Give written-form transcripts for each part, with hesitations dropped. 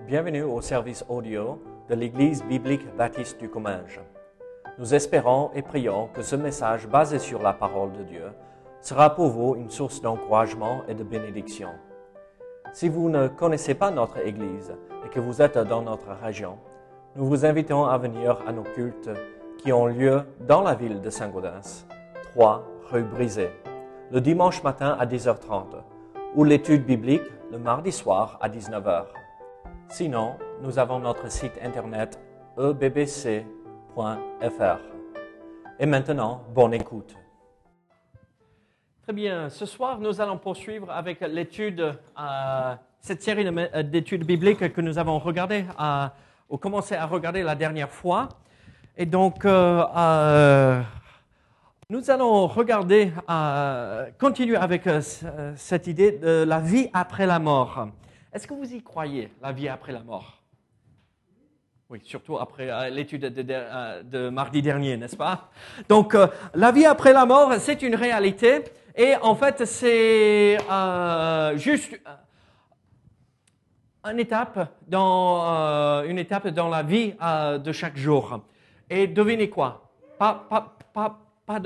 Bienvenue au service audio de l'Église biblique baptiste du Comminges. Nous espérons et prions que ce message basé sur la parole de Dieu sera pour vous une source d'encouragement et de bénédiction. Si vous ne connaissez pas notre Église et que vous êtes dans notre région, nous vous invitons à venir à nos cultes qui ont lieu dans la ville de Saint-Gaudens, 3 rue Brisée, le dimanche matin à 10h30 ou l'étude biblique le mardi soir à 19h. Sinon, nous avons notre site internet ebbc.fr. Et maintenant, bonne écoute. Très bien. Ce soir, nous allons poursuivre avec l'étude, cette série d'études bibliques que nous avons regardées, ou commencé à regarder la dernière fois. Et donc, nous allons regarder, continuer avec cette idée de la vie après la mort. Est-ce que vous y croyez, la vie après la mort? Oui, surtout après l'étude de mardi dernier, n'est-ce pas? Donc, la vie après la mort, c'est une réalité. Et en fait, c'est juste une étape dans la vie de chaque jour. Et devinez quoi? Pas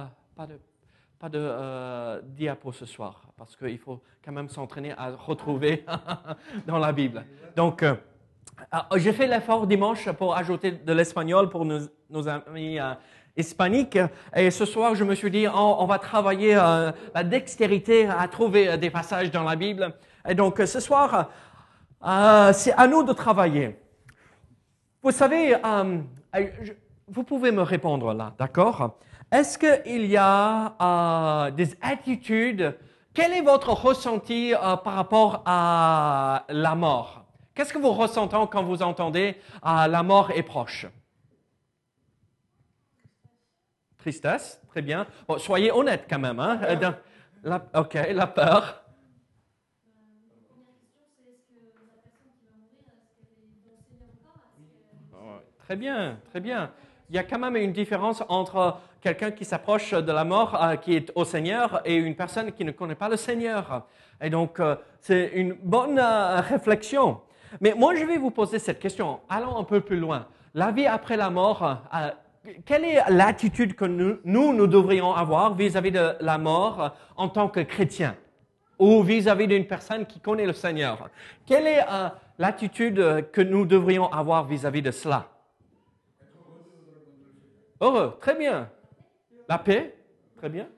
de diapo ce soir, parce qu'il faut quand même s'entraîner à retrouver dans la Bible. Donc, j'ai fait l'effort dimanche pour ajouter de l'espagnol pour nos amis hispaniques. Et ce soir, je me suis dit, on va travailler la dextérité à trouver des passages dans la Bible. Et donc, ce soir, c'est à nous de travailler. Vous savez, vous pouvez me répondre là, d'accord? Est-ce qu'il y a des attitudes? Quel est votre ressenti par rapport à la mort? Qu'est-ce que vous ressentez quand vous entendez la mort est proche? Tristesse, très bien. Bon, soyez honnête quand même. Hein? La peur. Très bien, très bien. Il y a quand même une différence entre quelqu'un qui s'approche de la mort, qui est au Seigneur, et une personne qui ne connaît pas le Seigneur. Et donc, c'est une bonne réflexion. Mais moi, je vais vous poser cette question. Allons un peu plus loin. La vie après la mort, quelle est l'attitude que nous devrions avoir vis-à-vis de la mort en tant que chrétiens ou vis-à-vis d'une personne qui connaît le Seigneur? Quelle est l'attitude que nous devrions avoir vis-à-vis de cela? Heureux, très bien. La paix, très bien.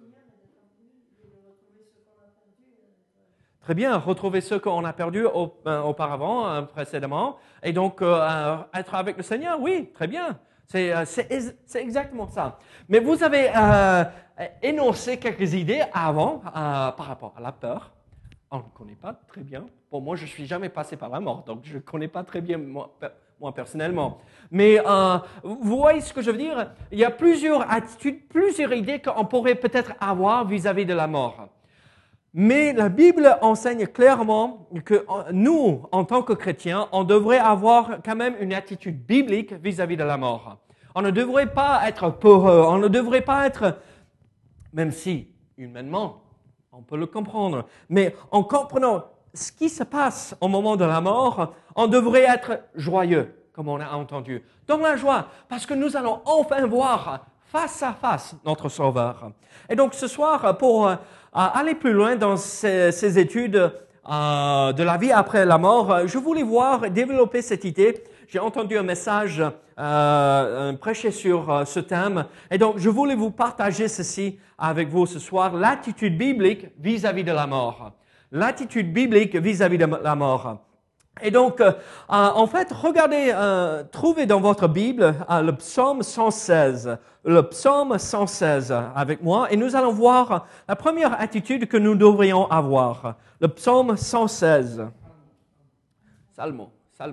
Très bien, retrouver ce qu'on a perdu auparavant, précédemment. Et donc, être avec le Seigneur, oui, très bien. C'est exactement ça. Mais vous avez énoncé quelques idées avant par rapport à la peur. On ne connaît pas très bien. Pour moi, je ne suis jamais passé par la mort, donc je ne connais pas très bien moi personnellement. Mais vous voyez ce que je veux dire? Il y a plusieurs attitudes, plusieurs idées qu'on pourrait peut-être avoir vis-à-vis de la mort. Mais la Bible enseigne clairement que nous, en tant que chrétiens, on devrait avoir quand même une attitude biblique vis-à-vis de la mort. On ne devrait pas être peureux, on ne devrait pas être, même si humainement, on peut le comprendre, mais en comprenant ce qui se passe au moment de la mort, on devrait être joyeux, comme on a entendu, dans la joie, parce que nous allons enfin voir face à face notre Sauveur. Et donc ce soir, pour aller plus loin dans ces études de la vie après la mort, je voulais développer cette idée. J'ai entendu un message prêché sur ce thème, et donc je voulais vous partager ceci avec vous ce soir, l'attitude biblique vis-à-vis de la mort. L'attitude biblique vis-à-vis de la mort. Et donc, en fait, regardez, trouvez dans votre Bible le psaume 116. Le psaume 116 avec moi, et nous allons voir la première attitude que nous devrions avoir. Le psaume 116. Salmo.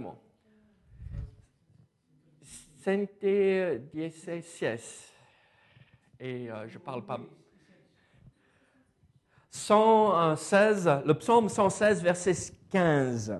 116. Et je parle pas. 116, le psaume 116, verset 15.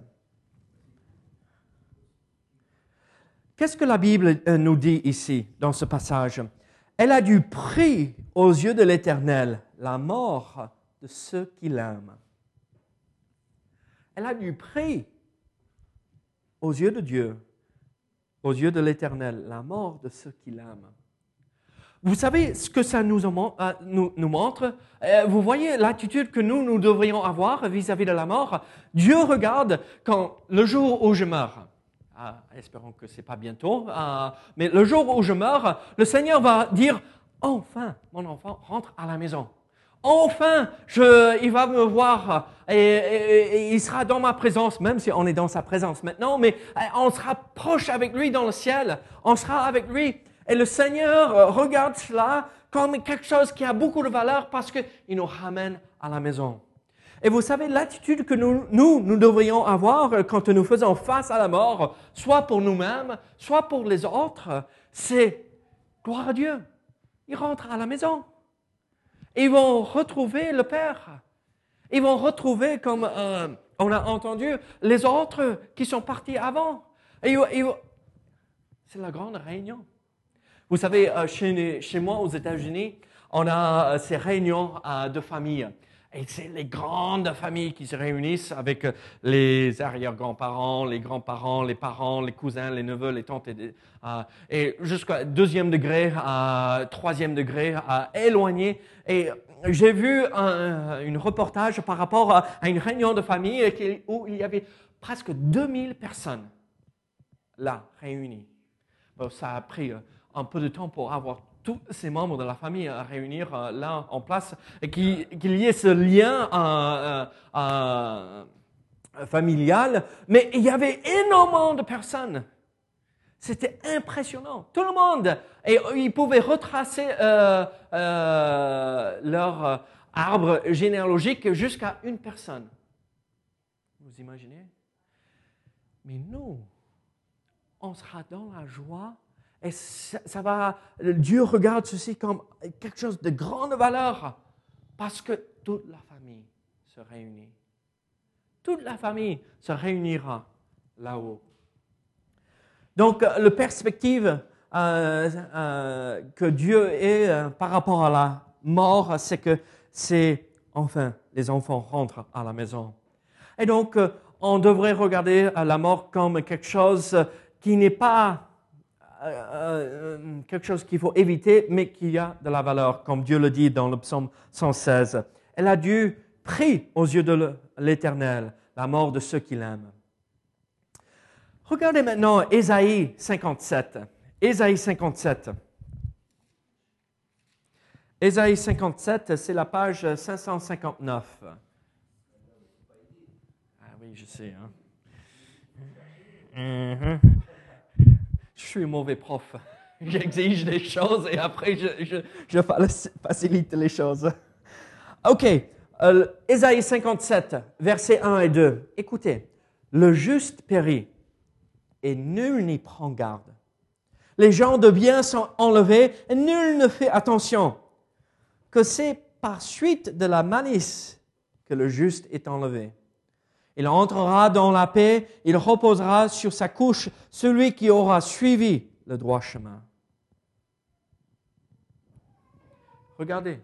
Qu'est-ce que la Bible nous dit ici, dans ce passage? Elle a du prix aux yeux de l'Éternel, la mort de ceux qui l'aiment. Elle a du prix. aux yeux de Dieu, aux yeux de l'Éternel, la mort de ceux qui l'aiment. Vous savez ce que ça nous montre? Vous voyez l'attitude que nous devrions avoir vis-à-vis de la mort? Dieu regarde quand le jour où je meurs, espérons que ce n'est pas bientôt, mais le jour où je meurs, le Seigneur va dire, enfin, mon enfant rentre à la maison. Enfin, il va me voir et il sera dans ma présence, même si on est dans sa présence maintenant, mais on sera proche avec lui dans le ciel, on sera avec lui. Et le Seigneur regarde cela comme quelque chose qui a beaucoup de valeur parce qu'il nous ramène à la maison. Et vous savez, l'attitude que nous devrions avoir quand nous faisons face à la mort, soit pour nous-mêmes, soit pour les autres, c'est gloire à Dieu. Ils rentrent à la maison. Ils vont retrouver le Père. Ils vont retrouver, comme on a entendu, les autres qui sont partis avant. C'est la grande réunion. Vous savez, chez moi aux États-Unis, on a ces réunions de famille. Et c'est les grandes familles qui se réunissent avec les arrière-grands-parents, les grands-parents, les parents, les cousins, les neveux, les tantes, et jusqu'à 2e degré, 3e degré, éloigné. Et j'ai vu un reportage par rapport à une réunion de famille où il y avait presque 2000 personnes là, réunies. Bon, ça a pris un peu de temps pour avoir tous ces membres de la famille à réunir là en place et qu'il y ait ce lien familial. Mais il y avait énormément de personnes. C'était impressionnant. Tout le monde. Et ils pouvaient retracer leur arbre généalogique jusqu'à une personne. Vous imaginez? Mais nous, on sera dans la joie. Et Dieu regarde ceci comme quelque chose de grande valeur parce que toute la famille se réunit. Toute la famille se réunira là-haut. Donc, la perspective que Dieu ait par rapport à la mort, c'est que enfin, les enfants rentrent à la maison. Et donc, on devrait regarder la mort comme quelque chose qui n'est pas quelque chose qu'il faut éviter, mais qui a de la valeur, comme Dieu le dit dans le psaume 116. Elle a dû prier aux yeux de l'Éternel, la mort de ceux qui l'aiment. Regardez maintenant Ésaïe 57. Ésaïe 57. Ésaïe 57, c'est la page 559. Ah oui, je sais. Hein? Je suis un mauvais prof. J'exige des choses et après je facilite les choses. OK. Ésaïe 57, versets 1 et 2. Écoutez. Le juste périt et nul n'y prend garde. Les gens de bien sont enlevés et nul ne fait attention. Que c'est par suite de la malice que le juste est enlevé. Il entrera dans la paix, il reposera sur sa couche celui qui aura suivi le droit chemin. Regardez.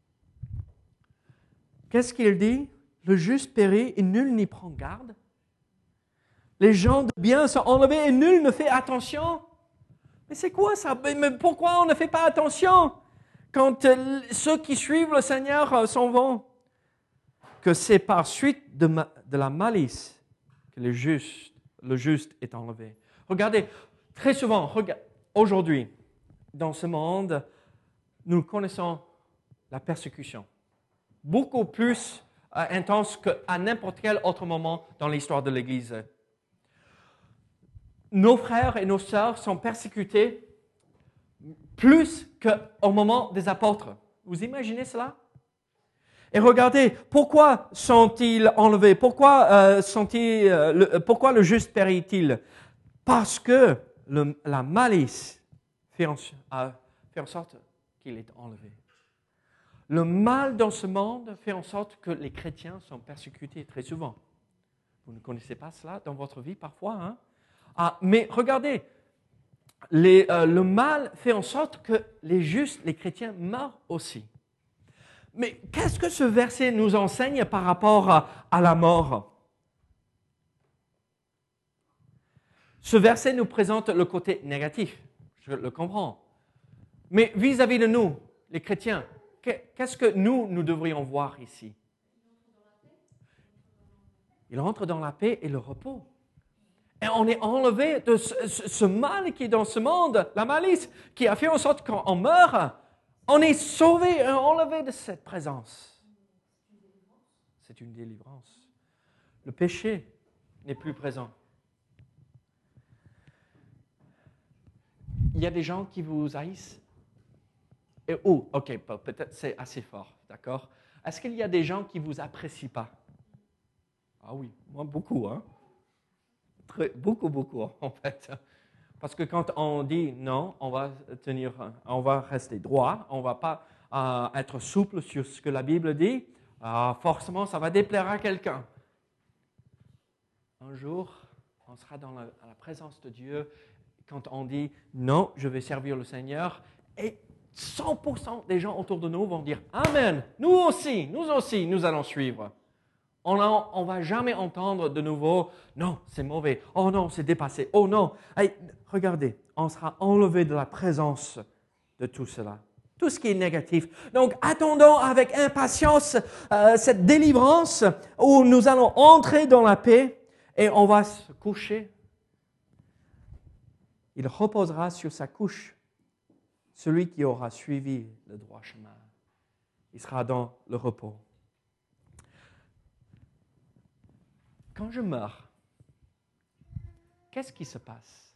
Qu'est-ce qu'il dit? Le juste périt et nul n'y prend garde. Les gens de bien sont enlevés et nul ne fait attention. Mais c'est quoi ça? Mais pourquoi on ne fait pas attention quand ceux qui suivent le Seigneur s'en vont? Que c'est par suite de la malice que le juste est enlevé. Regardez, très souvent, aujourd'hui, dans ce monde, nous connaissons la persécution. Beaucoup plus intense qu'à n'importe quel autre moment dans l'histoire de l'Église. Nos frères et nos sœurs sont persécutés plus qu'au moment des apôtres. Vous imaginez cela? Et regardez, pourquoi sont-ils enlevés? Pourquoi le juste périt-il? Parce que la malice fait en sorte qu'il est enlevé. Le mal dans ce monde fait en sorte que les chrétiens sont persécutés très souvent. Vous ne connaissez pas cela dans votre vie parfois, hein? Mais regardez, le mal fait en sorte que les justes, les chrétiens, meurent aussi. Mais qu'est-ce que ce verset nous enseigne par rapport à la mort? Ce verset nous présente le côté négatif, je le comprends. Mais vis-à-vis de nous, les chrétiens, qu'est-ce que nous devrions voir ici? Il entre dans la paix et le repos. Et on est enlevé de ce mal qui est dans ce monde, la malice, qui a fait en sorte qu'on meurt. On est sauvé et enlevé de cette présence. C'est une délivrance. Le péché n'est plus présent. Il y a des gens qui vous haïssent. Ok, peut-être c'est assez fort, d'accord? Est-ce qu'il y a des gens qui ne vous apprécient pas? Ah oui, moi beaucoup, hein? Beaucoup, en fait. Parce que quand on dit non, on va rester droit, on ne va pas être souple sur ce que la Bible dit, forcément, ça va déplaire à quelqu'un. Un jour, on sera dans la présence de Dieu quand on dit non, je vais servir le Seigneur, et 100% des gens autour de nous vont dire Amen, nous aussi, nous allons suivre. On ne va jamais entendre de nouveau « Non, c'est mauvais. Oh non, c'est dépassé. Oh non. » Hey, regardez, on sera enlevé de la présence de tout cela. Tout ce qui est négatif. Donc, attendons avec impatience cette délivrance où nous allons entrer dans la paix et on va se coucher. Il reposera sur sa couche, celui qui aura suivi le droit chemin. Il sera dans le repos. Quand je meurs, qu'est-ce qui se passe?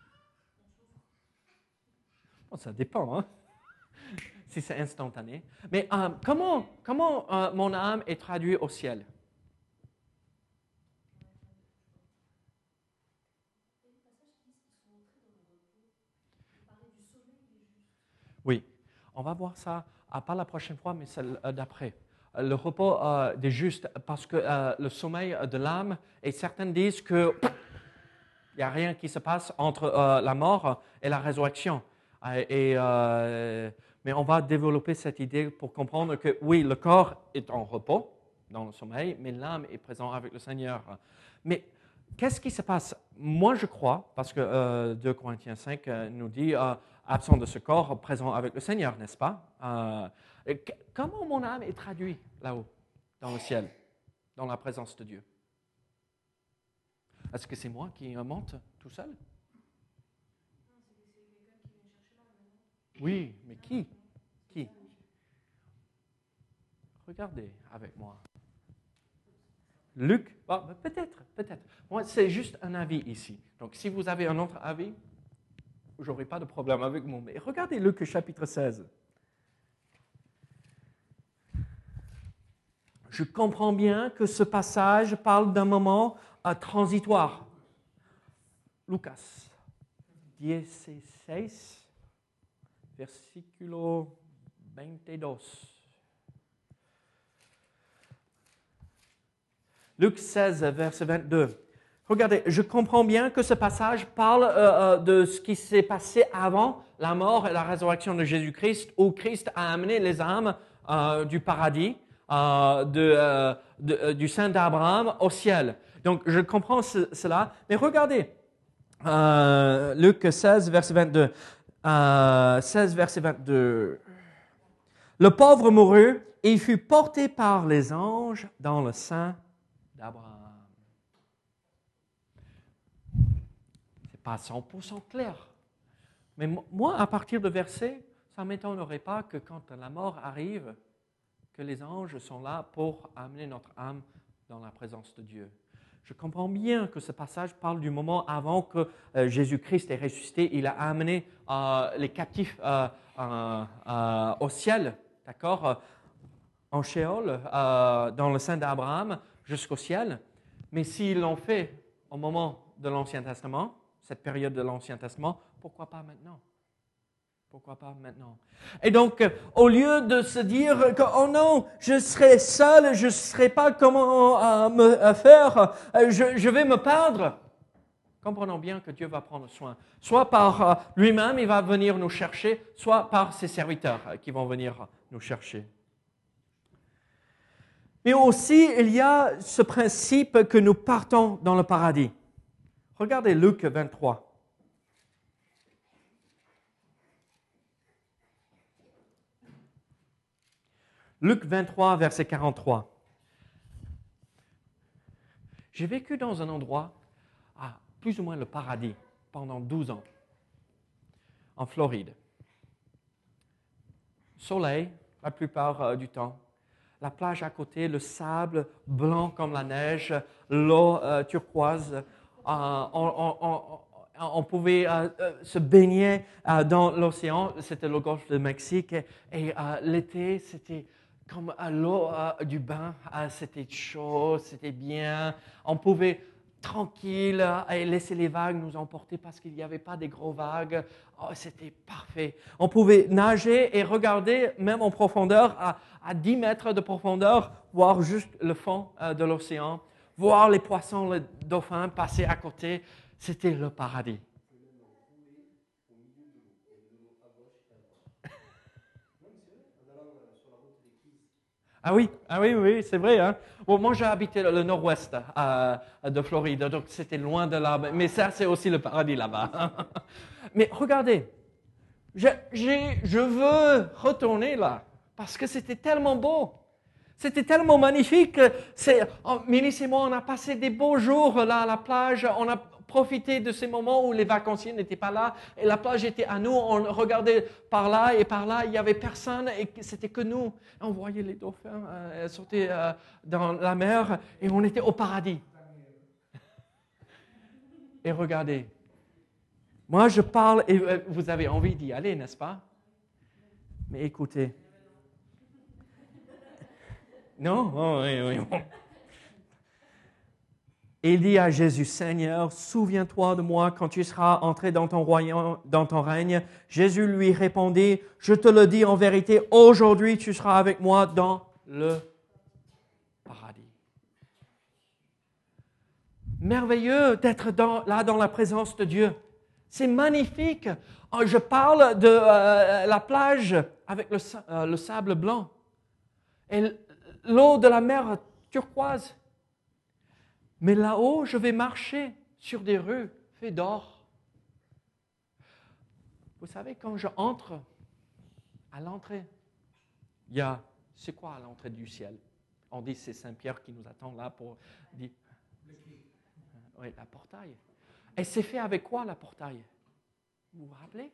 Bon, ça dépend, hein? Si c'est instantané. Mais comment mon âme est traduite au ciel? Oui, on va voir ça, pas la prochaine fois, mais celle d'après. Le repos des justes, parce que le sommeil de l'âme, et certains disent qu'il n'y a rien qui se passe entre la mort et la résurrection. Mais on va développer cette idée pour comprendre que oui, le corps est en repos dans le sommeil, mais l'âme est présente avec le Seigneur. Mais qu'est-ce qui se passe? Moi, je crois, parce que 2 Corinthiens 5 nous dit absent de ce corps, présent avec le Seigneur, n'est-ce pas? Comment mon âme est traduite là-haut, dans le ciel, dans la présence de Dieu? Est-ce que c'est moi qui monte tout seul? Oui, mais qui? Regardez avec moi. Luc, peut-être. Moi, c'est juste un avis ici. Donc, si vous avez un autre avis, je n'aurai pas de problème avec vous. Mais regardez Luc chapitre 16. Je comprends bien que ce passage parle d'un moment transitoire. Lucas 16, versículo 22. Luc 16, verset 22. Regardez, je comprends bien que ce passage parle de ce qui s'est passé avant la mort et la résurrection de Jésus-Christ, où Christ a amené les âmes du paradis, du sein d'Abraham au ciel. Donc, je comprends cela. Mais regardez, Luc 16, verset 22. 16, verset 22. Le pauvre mourut et il fut porté par les anges dans le sein d'Abraham. Ce n'est pas 100% clair. Mais moi, à partir de verset, ça ne m'étonnerait pas que quand la mort arrive, que les anges sont là pour amener notre âme dans la présence de Dieu. Je comprends bien que ce passage parle du moment avant que Jésus-Christ est ressuscité. Il a amené les captifs au ciel, d'accord, en Sheol, dans le sein d'Abraham, jusqu'au ciel. Mais s'ils l'ont fait au moment de l'Ancien Testament, cette période de l'Ancien Testament, pourquoi pas maintenant? Pourquoi pas maintenant? Et donc, au lieu de se dire que, oh non, je serai seul, je ne saurais pas comment me faire, je vais me perdre. Comprenons bien que Dieu va prendre soin. Soit par lui-même, il va venir nous chercher, soit par ses serviteurs qui vont venir nous chercher. Mais aussi, il y a ce principe que nous partons dans le paradis. Regardez Luc 23. Luc 23, verset 43. J'ai vécu dans un endroit, plus ou moins le paradis, pendant 12 ans, en Floride. Soleil, la plupart du temps. La plage à côté, le sable blanc comme la neige, l'eau turquoise. On pouvait se baigner dans l'océan. C'était le golfe du Mexique. Et l'été, c'était comme l'eau du bain. C'était chaud, c'était bien. On pouvait tranquille et laisser les vagues nous emporter parce qu'il n'y avait pas des gros vagues. Oh, c'était parfait. On pouvait nager et regarder même en profondeur, à 10 mètres de profondeur, voir juste le fond de l'océan, voir les poissons, les dauphins passer à côté. C'était le paradis. Ah oui, oui, c'est vrai. Hein? Bon, moi, j'ai habité le nord-ouest de Floride, donc c'était loin de là. Mais ça, c'est aussi le paradis là-bas. Mais regardez, je veux retourner là, parce que c'était tellement beau. C'était tellement magnifique. Mélisse et moi, on a passé des beaux jours là à la plage. On a profité de ces moments où les vacanciers n'étaient pas là et la plage était à nous. On regardait par là et par là. Il n'y avait personne et c'était que nous. On voyait les dauphins sauter dans la mer et on était au paradis. Et regardez, moi je parle et vous avez envie d'y aller, n'est-ce pas? Mais écoutez. Non? Oh, oui. Et il dit à Jésus, Seigneur, souviens-toi de moi quand tu seras entré dans ton royaume, dans ton règne. Jésus lui répondit, je te le dis en vérité, aujourd'hui tu seras avec moi dans le paradis. Merveilleux d'être là dans la présence de Dieu. C'est magnifique. Je parle de la plage avec le sable blanc. Et l'eau de la mer turquoise. Mais là-haut, je vais marcher sur des rues faites d'or. Vous savez, quand je entre à l'entrée, il y a, c'est quoi à l'entrée du ciel? On dit c'est Saint-Pierre qui nous attend là pour dire. Oui, la portail. Et c'est fait avec quoi la portail? Vous vous rappelez?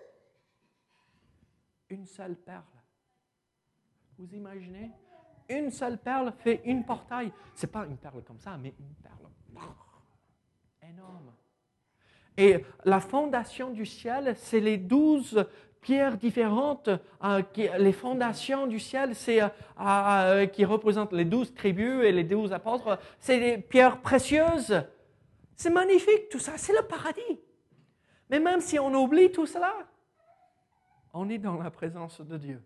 Une seule perle. Vous imaginez? Une seule perle fait une portail. Ce n'est pas une perle comme ça, mais une perle énorme. Et la fondation du ciel, c'est les 12 pierres différentes. Les fondations du ciel, c'est qui représentent les 12 tribus et les 12 apôtres. C'est des pierres précieuses. C'est magnifique tout ça, c'est le paradis. Mais même si on oublie tout cela, on est dans la présence de Dieu.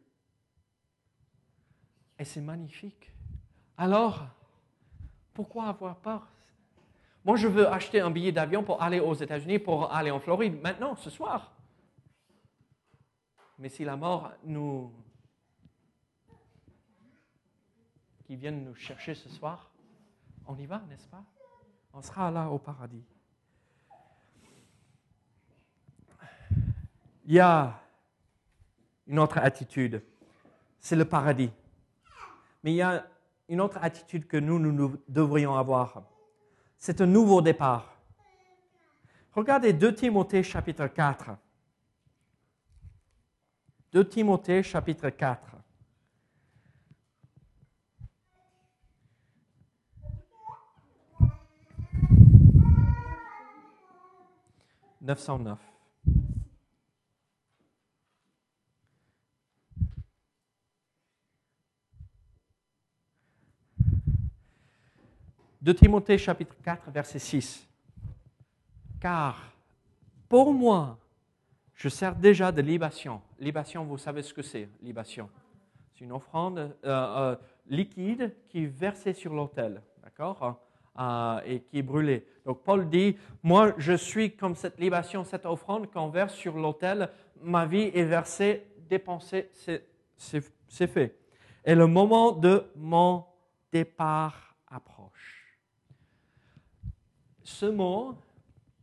Et c'est magnifique. Alors, pourquoi avoir peur? Moi, je veux acheter un billet d'avion pour aller aux États-Unis, pour aller en Floride, maintenant, ce soir. Mais si la mort qui vienne nous chercher ce soir, on y va, n'est-ce pas? On sera là au paradis. Il y a une autre attitude, c'est le paradis. Mais il y a une autre attitude que nous devrions avoir. C'est un nouveau départ. Regardez 2 Timothée chapitre 4. 2 Timothée chapitre 4. « 909. 2 Timothée chapitre 4, verset 6. Car pour moi, je sers déjà de libation. Libation, vous savez ce que c'est, libation. C'est une offrande liquide qui est versée sur l'autel, d'accord, et qui est brûlée. Donc Paul dit, moi je suis comme cette libation, cette offrande qu'on verse sur l'autel, ma vie est versée, dépensée, c'est fait. Et le moment de mon départ approche. Ce mot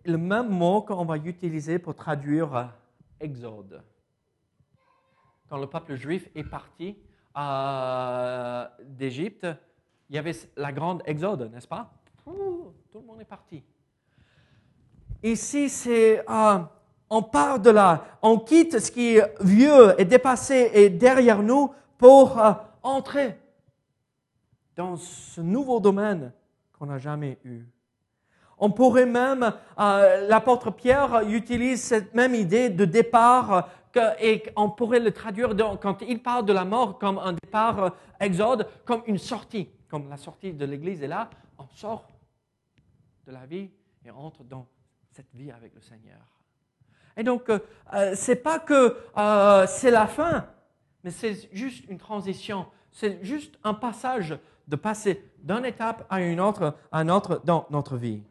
le même mot qu'on va utiliser pour traduire Exode. Quand le peuple juif est parti d'Égypte, il y avait la grande Exode, n'est-ce pas? Tout le monde est parti. Ici, on part de là, on quitte ce qui est vieux et dépassé et derrière nous pour entrer dans ce nouveau domaine qu'on n'a jamais eu. On pourrait même, l'apôtre Pierre utilise cette même idée de départ et on pourrait le traduire quand il parle de la mort comme un départ exode, comme une sortie, comme la sortie de l'Église est là, on sort de la vie et entre dans cette vie avec le Seigneur. Et donc, c'est pas que c'est la fin, mais c'est juste une transition, c'est juste un passage de passer d'une étape à une autre dans notre vie.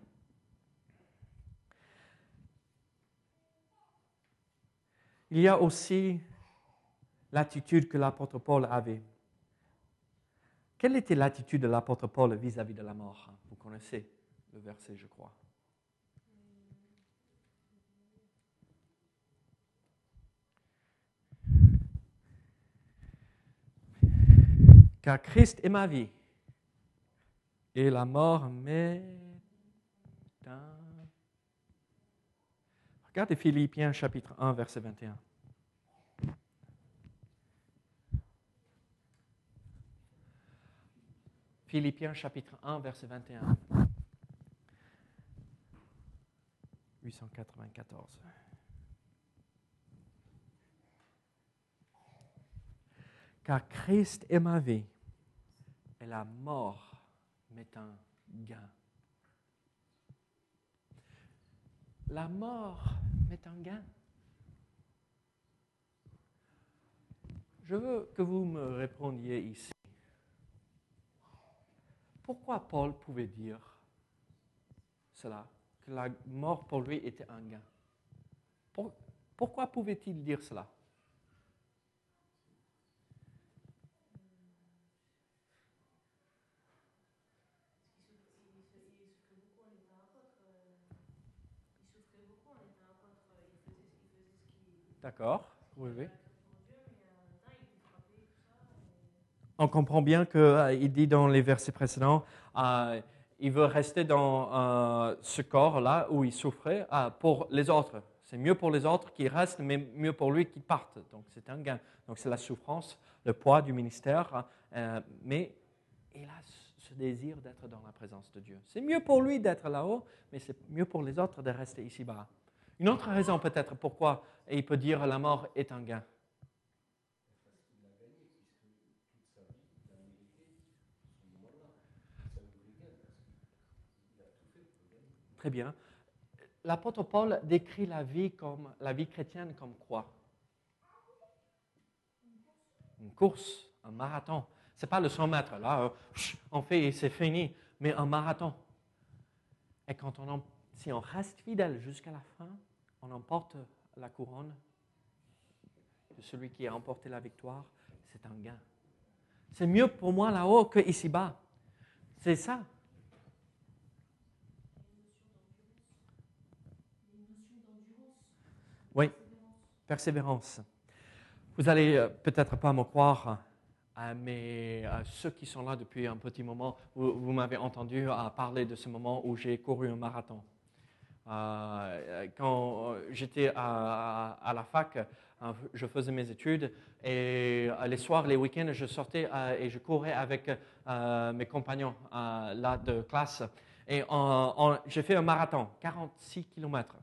Il y a aussi l'attitude que l'apôtre Paul avait. Quelle était l'attitude de l'apôtre Paul vis-à-vis de la mort? Vous connaissez le verset, je crois. Car Christ est ma vie et la mort m'est un... Regardez Philippiens chapitre 1, verset 21. Philippiens chapitre 1, verset 21. 894. Car Christ est ma vie et la mort m'est un gain. La mort m'est un gain. Je veux que vous me répondiez ici. Pourquoi Paul pouvait dire cela, que la mort pour lui était un gain? Pourquoi pouvait-il dire cela? D'accord, oui, oui. On comprend bien qu'il dit dans les versets précédents, il veut rester dans ce corps-là où il souffrait pour les autres. C'est mieux pour les autres qu'ils restent, mais mieux pour lui qu'ils partent. Donc c'est un gain. Donc c'est la souffrance, le poids du ministère, mais il a ce désir d'être dans la présence de Dieu. C'est mieux pour lui d'être là-haut, mais c'est mieux pour les autres de rester ici-bas. Une autre raison peut-être pourquoi il peut dire la mort est un gain. Très bien. L'apôtre Paul décrit la vie chrétienne comme quoi? Une course, un marathon. Ce n'est pas le 100 mètres, là, on fait et c'est fini, mais un marathon. Et si on reste fidèle jusqu'à la fin, on emporte la couronne de celui qui a emporté la victoire, c'est un gain. C'est mieux pour moi là-haut que ici-bas. C'est ça. Oui, persévérance. Vous allez peut-être pas me croire, mais ceux qui sont là depuis un petit moment, vous m'avez entendu parler de ce moment où j'ai couru un marathon. Quand j'étais à la fac, je faisais mes études et les soirs, les week-ends, je sortais et je courais avec mes compagnons là de classe. Et j'ai fait un marathon, 46 km.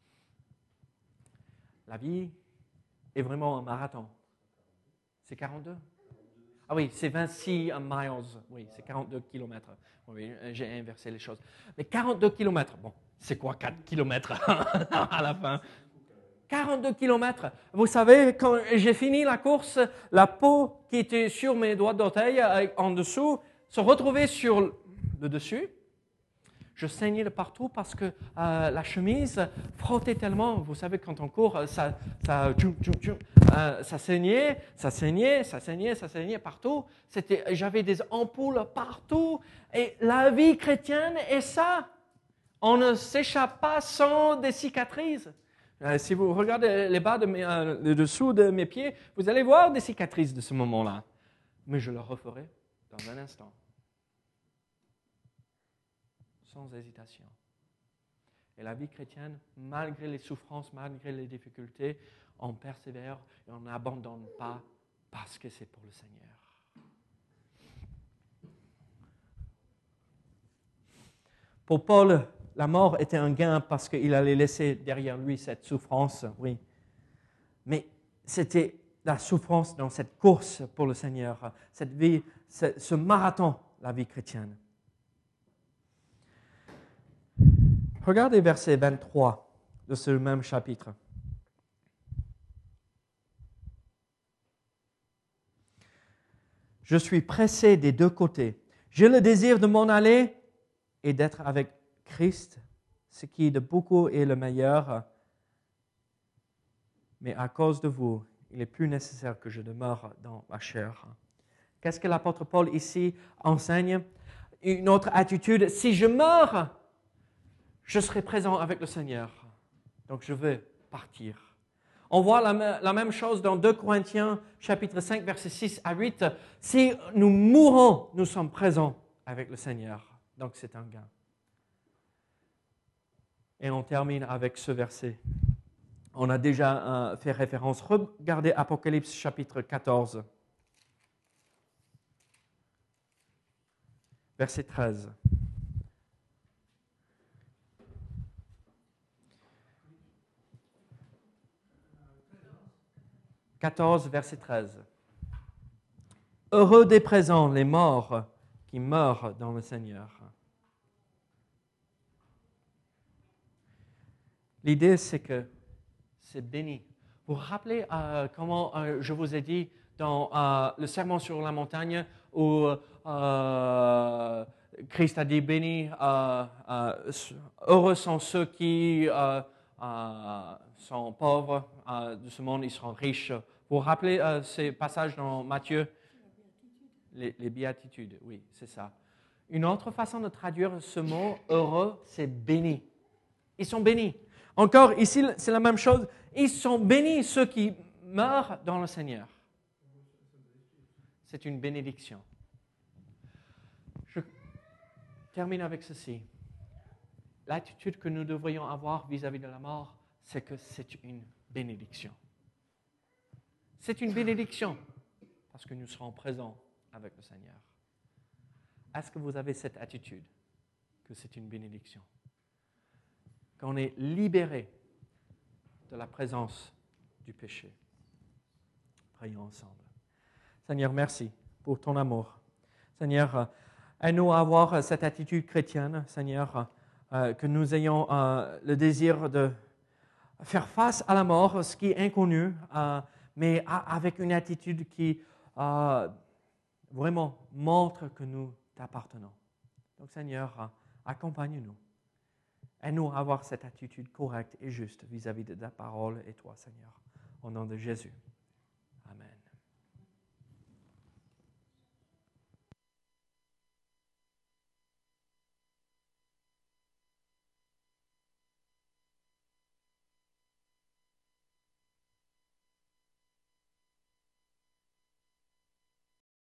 La vie est vraiment un marathon. C'est 42? Ah oui, c'est 26 miles. Oui, c'est 42 km. Oui, j'ai inversé les choses. Mais 42 km, bon, c'est quoi 4 km à la fin? 42 km. Vous savez, quand j'ai fini la course, la peau qui était sur mes doigts d'orteil en dessous se retrouvait sur le dessus. Je saignais de partout parce que la chemise frottait tellement. Vous savez, quand on court, ça saignait partout. J'avais des ampoules partout. Et la vie chrétienne est ça. On ne s'échappe pas sans des cicatrices. Si vous regardez les bas le dessous de mes pieds, vous allez voir des cicatrices de ce moment-là. Mais je le referai dans un instant. Sans hésitation. Et la vie chrétienne, malgré les souffrances, malgré les difficultés, on persévère et on n'abandonne pas parce que c'est pour le Seigneur. Pour Paul, la mort était un gain parce qu'il allait laisser derrière lui cette souffrance, oui. Mais c'était la souffrance dans cette course pour le Seigneur, cette vie, ce marathon, la vie chrétienne. Regardez verset 23 de ce même chapitre. Je suis pressé des deux côtés. J'ai le désir de m'en aller et d'être avec Christ, ce qui de beaucoup est le meilleur. Mais à cause de vous, il est plus nécessaire que je demeure dans la chair. Qu'est-ce que l'apôtre Paul ici enseigne? Une autre attitude, si je meurs, je serai présent avec le Seigneur. Donc je vais partir. On voit la même chose dans 2 Corinthiens, chapitre 5, versets 6 à 8. Si nous mourons, nous sommes présents avec le Seigneur. Donc c'est un gain. Et on termine avec ce verset. On a déjà fait référence. Regardez Apocalypse chapitre 14. Verset 13. « 14, verset 13. Heureux des présents les morts qui meurent dans le Seigneur. » L'idée, c'est que c'est béni. Vous vous rappelez comment je vous ai dit dans le sermon sur la montagne où Christ a dit béni, heureux sont ceux qui sont pauvres de ce monde, ils seront riches. Vous vous rappelez ces passages dans Matthieu? Les béatitudes, oui, c'est ça. Une autre façon de traduire ce mot heureux, c'est béni. Ils sont bénis. Encore ici, c'est la même chose. Ils sont bénis, ceux qui meurent dans le Seigneur. C'est une bénédiction. Je termine avec ceci. L'attitude que nous devrions avoir vis-à-vis de la mort, c'est que c'est une bénédiction. C'est une bénédiction parce que nous serons présents avec le Seigneur. Est-ce que vous avez cette attitude que c'est une bénédiction? Qu'on est libéré de la présence du péché. Prions ensemble. Seigneur, merci pour ton amour. Seigneur, aide-nous à avoir cette attitude chrétienne, Seigneur, que nous ayons le désir de faire face à la mort, ce qui est inconnu, mais avec une attitude qui vraiment montre que nous t'appartenons. Donc, Seigneur, accompagne-nous. Aide-nous à avoir cette attitude correcte et juste vis-à-vis de ta parole et toi, Seigneur. Au nom de Jésus.